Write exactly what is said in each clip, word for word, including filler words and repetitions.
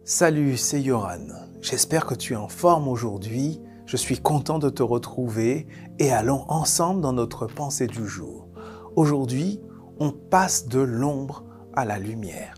Salut, c'est Yoran. J'espère que tu es en forme aujourd'hui. Je suis content de te retrouver et allons ensemble dans notre pensée du jour. Aujourd'hui, on passe de l'ombre à la lumière.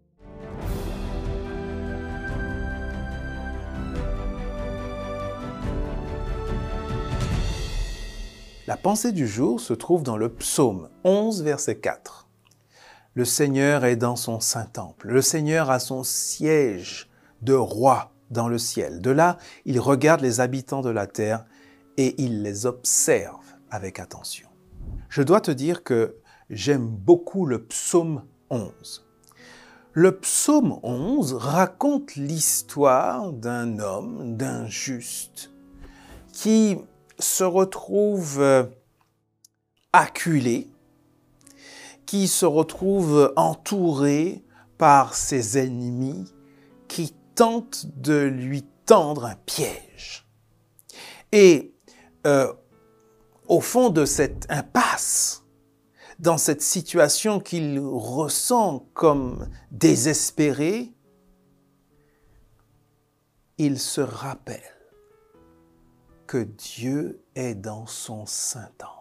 La pensée du jour se trouve dans le psaume onze, verset quatre. Le Seigneur est dans son saint temple. Le Seigneur a son siège de roi dans le ciel. De là, il regarde les habitants de la terre et il les observe avec attention. Je dois te dire que j'aime beaucoup le psaume onze. Le psaume onze raconte l'histoire d'un homme, d'un juste, qui se retrouve acculé, qui se retrouve entouré par ses ennemis qui tentent de lui tendre un piège. Et euh, au fond de cette impasse, dans cette situation qu'il ressent comme désespérée, il se rappelle que Dieu est dans son saint temple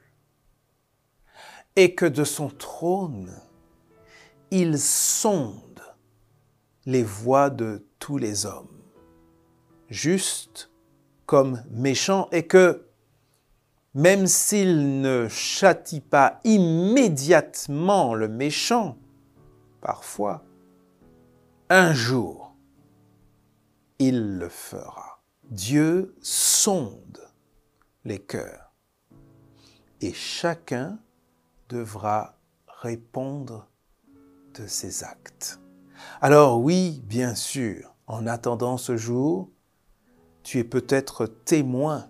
et que de son trône, il sonde les voies de tous les hommes, justes comme méchants, et que même s'il ne châtie pas immédiatement le méchant, parfois, un jour, il le fera. Dieu sonde les cœurs et chacun devra répondre de ses actes. Alors oui, bien sûr, en attendant ce jour, tu es peut-être témoin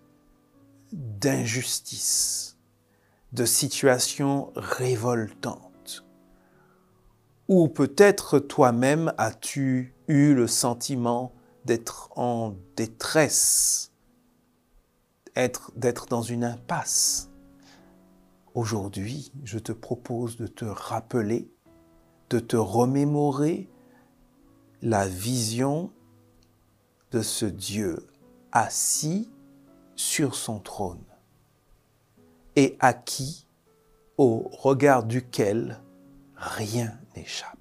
d'injustices, de situations révoltantes. Ou peut-être toi-même as-tu eu le sentiment d'être en détresse, être, d'être dans une impasse. Aujourd'hui, je te propose de te rappeler, de te remémorer la vision de ce Dieu assis sur son trône et à qui, au regard duquel, rien n'échappe.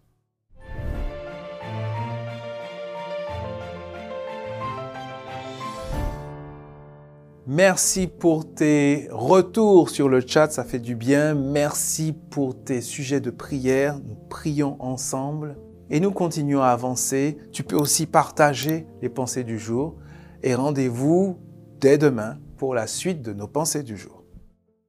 Merci pour tes retours sur le chat, ça fait du bien. Merci pour tes sujets de prière. Nous prions ensemble et nous continuons à avancer. Tu peux aussi partager les pensées du jour et rendez-vous dès demain pour la suite de nos pensées du jour.